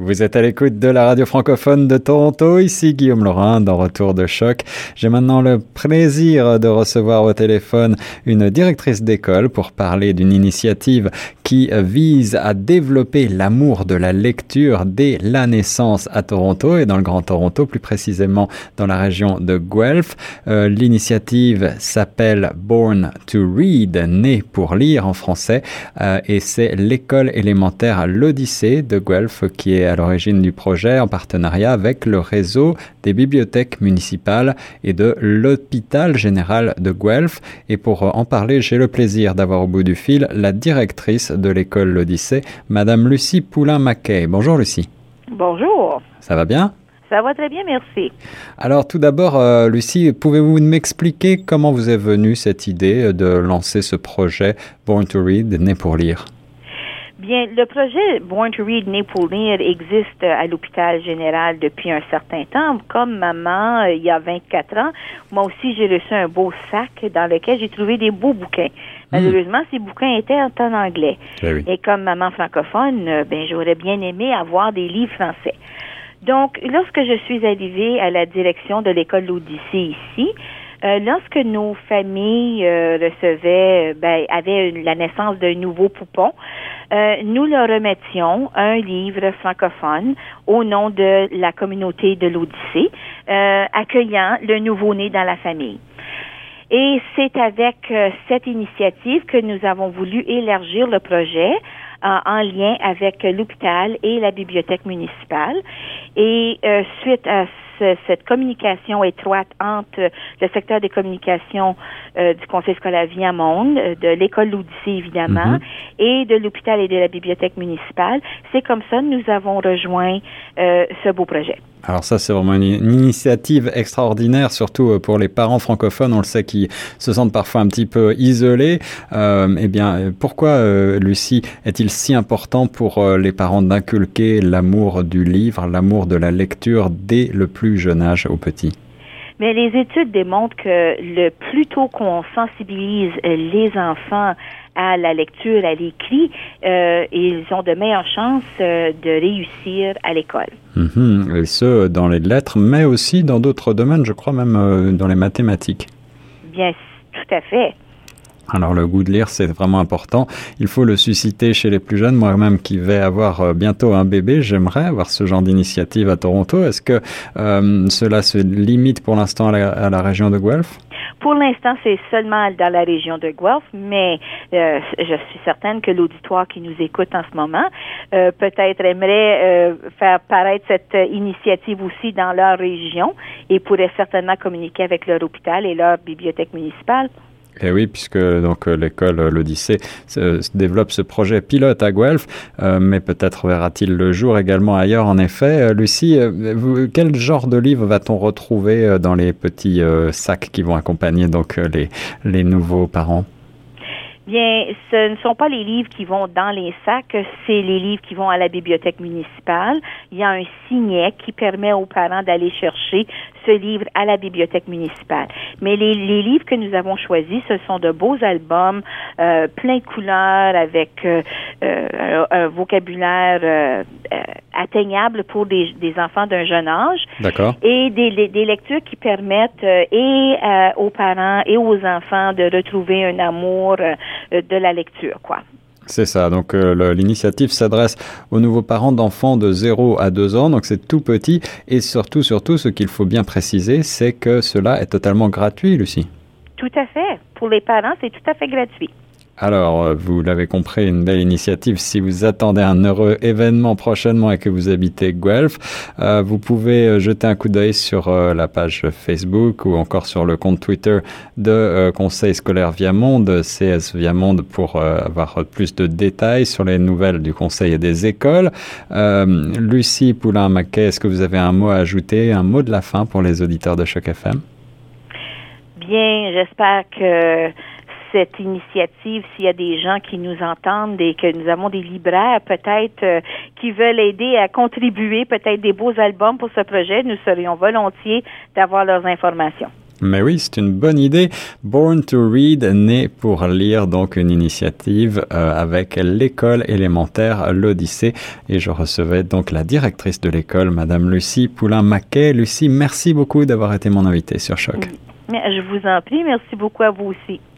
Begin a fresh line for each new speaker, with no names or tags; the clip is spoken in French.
Vous êtes à l'écoute de la radio francophone de Toronto, ici Guillaume Laurin dans Retour de choc. J'ai maintenant le plaisir de recevoir au téléphone une directrice d'école pour parler d'une initiative qui vise à développer l'amour de la lecture dès la naissance à Toronto et dans le Grand Toronto, plus précisément dans la région de Guelph. L'initiative s'appelle Born to Read, né pour lire en français, et c'est l'école élémentaire l'Odyssée de Guelph qui est à l'origine du projet en partenariat avec le réseau des bibliothèques municipales et de l'hôpital général de Guelph. Et pour en parler, j'ai le plaisir d'avoir au bout du fil la directrice de l'école l'Odyssée, Madame Lucie Poulin-Mackay. Bonjour Lucie.
Bonjour.
Ça va bien?
Ça va très bien, merci.
Alors tout d'abord, Lucie, pouvez-vous m'expliquer comment vous est venue cette idée de lancer ce projet Born to Read, né pour lire?
Bien, le projet Born to Read, né pour lire existe à l'hôpital général depuis un certain temps. Comme maman, il y a 24 ans, moi aussi, j'ai reçu un beau sac dans lequel j'ai trouvé des beaux bouquins. Malheureusement, ces bouquins étaient en anglais.
Oui.
Et comme maman francophone, j'aurais bien aimé avoir des livres français. Donc, lorsque je suis arrivée à la direction de l'école l'Odyssée ici, lorsque nos familles avaient la naissance d'un nouveau poupon, nous leur remettions un livre francophone au nom de la communauté de l'Odyssée, accueillant le nouveau-né dans la famille. Et c'est avec cette initiative que nous avons voulu élargir le projet en lien avec l'hôpital et la bibliothèque municipale. Et suite à cette communication étroite entre le secteur des communications du Conseil scolaire Viamonde, de l'école l'Odyssée évidemment, et de l'hôpital et de la bibliothèque municipale, c'est comme ça que nous avons rejoint ce beau projet.
Alors ça, c'est vraiment une initiative extraordinaire, surtout pour les parents francophones, on le sait, qui se sentent parfois un petit peu isolés. Pourquoi, Lucie, est-il si important pour les parents d'inculquer l'amour du livre, l'amour de la lecture dès le plus jeune âge aux petits?
Mais les études démontrent que le plus tôt qu'on sensibilise les enfants à la lecture, à l'écrit, ils ont de meilleures chances de réussir à l'école.
Et ce, dans les lettres, mais aussi dans d'autres domaines, je crois même dans les mathématiques.
Bien, tout à fait.
Alors le goût de lire, c'est vraiment important. Il faut le susciter chez les plus jeunes. Moi-même qui vais avoir bientôt un bébé, j'aimerais avoir ce genre d'initiative à Toronto. Est-ce que cela se limite pour l'instant à la région de Guelph?
Pour l'instant, c'est seulement dans la région de Guelph, mais je suis certaine que l'auditoire qui nous écoute en ce moment peut-être aimerait faire paraître cette initiative aussi dans leur région et pourrait certainement communiquer avec leur hôpital et leur bibliothèque municipale.
Et oui, puisque donc l'école l'Odyssée développe ce projet pilote à Guelph, mais peut-être verra-t-il le jour également ailleurs. En effet, Lucie, quel genre de livre va-t-on retrouver dans les petits sacs qui vont accompagner donc les nouveaux parents?
Bien, ce ne sont pas les livres qui vont dans les sacs, c'est les livres qui vont à la bibliothèque municipale. Il y a un signet qui permet aux parents d'aller chercher ce livre à la bibliothèque municipale. Mais les livres que nous avons choisis, ce sont de beaux albums, plein de couleurs, avec un vocabulaire atteignable pour des enfants d'un jeune âge.
D'accord.
Et des lectures qui permettent aux parents et aux enfants de retrouver un amour de la lecture, quoi.
C'est ça. Donc, l'initiative s'adresse aux nouveaux parents d'enfants de 0 à 2 ans. Donc, c'est tout petit. Et surtout, ce qu'il faut bien préciser, c'est que cela est totalement gratuit, Lucie.
Tout à fait. Pour les parents, c'est tout à fait gratuit.
Alors, vous l'avez compris, une belle initiative. Si vous attendez un heureux événement prochainement et que vous habitez Guelph, vous pouvez jeter un coup d'œil sur la page Facebook ou encore sur le compte Twitter de Conseil scolaire Viamonde, CS Viamonde, pour avoir plus de détails sur les nouvelles du Conseil et des écoles. Lucie Poulin-Mackay, est-ce que vous avez un mot à ajouter, un mot de la fin pour les auditeurs de Choc FM?
Bien, j'espère que cette initiative, s'il y a des gens qui nous entendent et que nous avons des libraires peut-être qui veulent aider à contribuer peut-être des beaux albums pour ce projet, nous serions volontiers d'avoir leurs informations.
Mais oui, c'est une bonne idée. Born to Read, né pour lire, donc une initiative avec l'école élémentaire L'Odyssée. Et je recevais donc la directrice de l'école, Madame Lucie Poulain-Maquet. Lucie, merci beaucoup d'avoir été mon invitée sur Choc.
Mais je vous en prie, merci beaucoup à vous aussi.